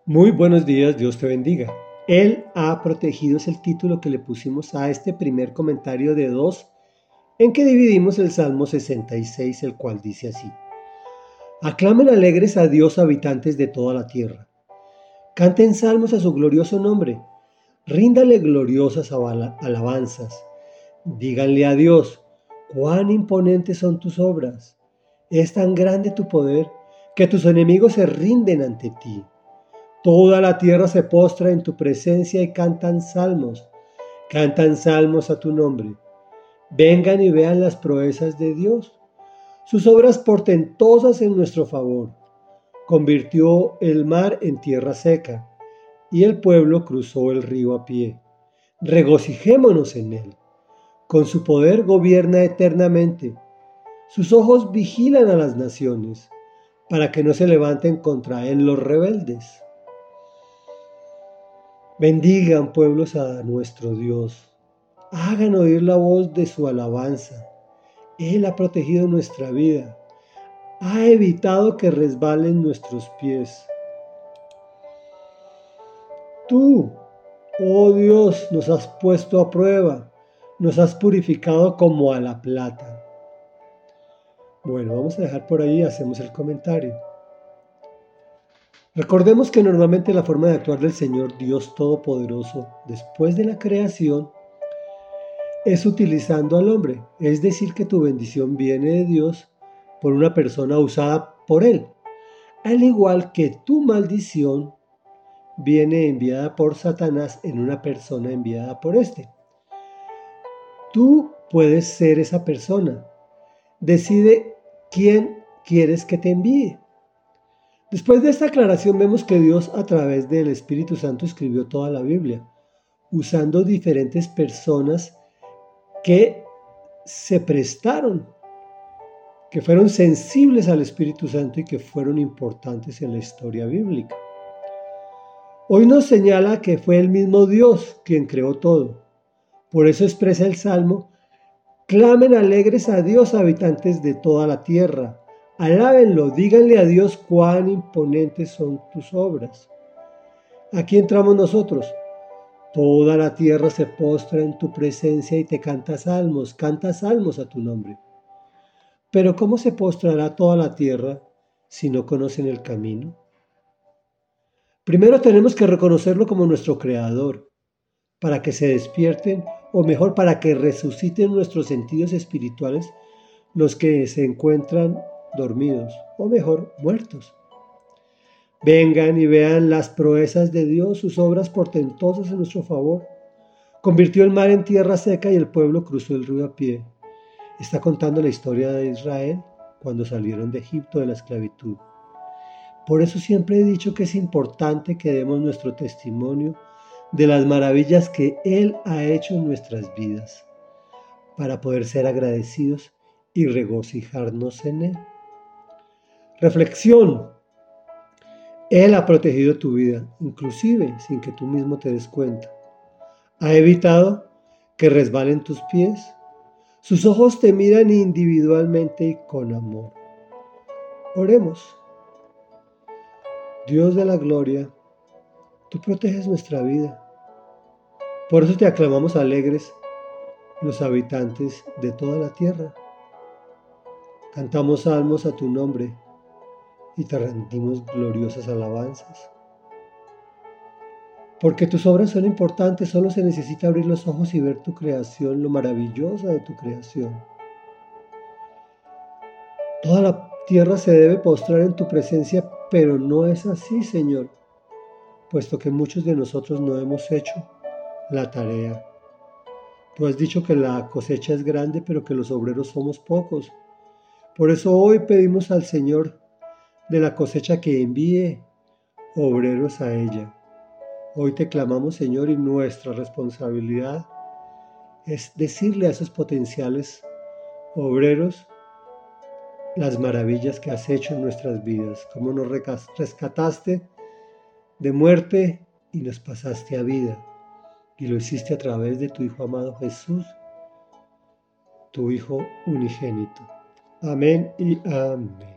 Muy buenos días, Dios te bendiga. Él ha protegido es el título que le pusimos a este primer comentario de dos, en que dividimos el Salmo 66, el cual dice así: Aclamen alegres a Dios, habitantes de toda la tierra. Canten salmos a su glorioso nombre. Ríndale gloriosas alabanzas. Díganle a Dios: cuán imponentes son tus obras. Es tan grande tu poder que tus enemigos se rinden ante ti. Toda la tierra se postra en tu presencia y cantan salmos a tu nombre. Vengan y vean las proezas de Dios, sus obras portentosas en nuestro favor. Convirtió el mar en tierra seca, y el pueblo cruzó el río a pie. Regocijémonos en él. Con su poder gobierna eternamente. Sus ojos vigilan a las naciones, para que no se levanten contra él los rebeldes. Bendigan, pueblos, a nuestro Dios. Hagan oír la voz de su alabanza. Él ha protegido nuestra vida. Ha evitado que resbalen nuestros pies. Tú, oh Dios, nos has puesto a prueba. Nos has purificado como a la plata. Bueno, vamos a dejar por ahí y hacemos el comentario. Recordemos que normalmente la forma de actuar del Señor Dios Todopoderoso después de la creación es utilizando al hombre, es decir, que tu bendición viene de Dios por una persona usada por Él, al igual que tu maldición viene enviada por Satanás en una persona enviada por éste. Tú puedes ser esa persona. Decide quién quieres que te envíe. Después de esta aclaración vemos que Dios a través del Espíritu Santo escribió toda la Biblia, usando diferentes personas que se prestaron, que fueron sensibles al Espíritu Santo y que fueron importantes en la historia bíblica. Hoy nos señala que fue el mismo Dios quien creó todo. Por eso expresa el Salmo: clamen alegres a Dios, habitantes de toda la tierra. Alábenlo, díganle a Dios cuán imponentes son tus obras. Aquí entramos nosotros. Toda la tierra se postra en tu presencia y te canta salmos a tu nombre. Pero ¿cómo se postrará toda la tierra si no conocen el camino? Primero tenemos que reconocerlo como nuestro Creador, para que se despierten, o mejor, para que resuciten nuestros sentidos espirituales, los que se encuentran dormidos, o mejor, muertos. Vengan y vean las proezas de Dios, sus obras portentosas en nuestro favor. Convirtió el mar en tierra seca y el pueblo cruzó el río a pie. Está contando la historia de Israel cuando salieron de Egipto de la esclavitud. Por eso siempre he dicho que es importante que demos nuestro testimonio de las maravillas que Él ha hecho en nuestras vidas, para poder ser agradecidos y regocijarnos en Él. Reflexión. Él ha protegido tu vida, inclusive sin que tú mismo te des cuenta. Ha evitado que resbalen tus pies. Sus ojos te miran individualmente y con amor. Oremos. Dios de la gloria, tú proteges nuestra vida. Por eso te aclamamos alegres, los habitantes de toda la tierra. Cantamos salmos a tu nombre y te rendimos gloriosas alabanzas. Porque tus obras son importantes, solo se necesita abrir los ojos y ver tu creación, lo maravillosa de tu creación. Toda la tierra se debe postrar en tu presencia, pero no es así, Señor, puesto que muchos de nosotros no hemos hecho la tarea. Tú has dicho que la cosecha es grande, pero que los obreros somos pocos. Por eso hoy pedimos al Señor de la cosecha que envíe obreros a ella. Hoy te clamamos, Señor, y nuestra responsabilidad es decirle a esos potenciales obreros las maravillas que has hecho en nuestras vidas, cómo nos rescataste de muerte y nos pasaste a vida, y lo hiciste a través de tu Hijo amado Jesús, tu Hijo unigénito. Amén y amén.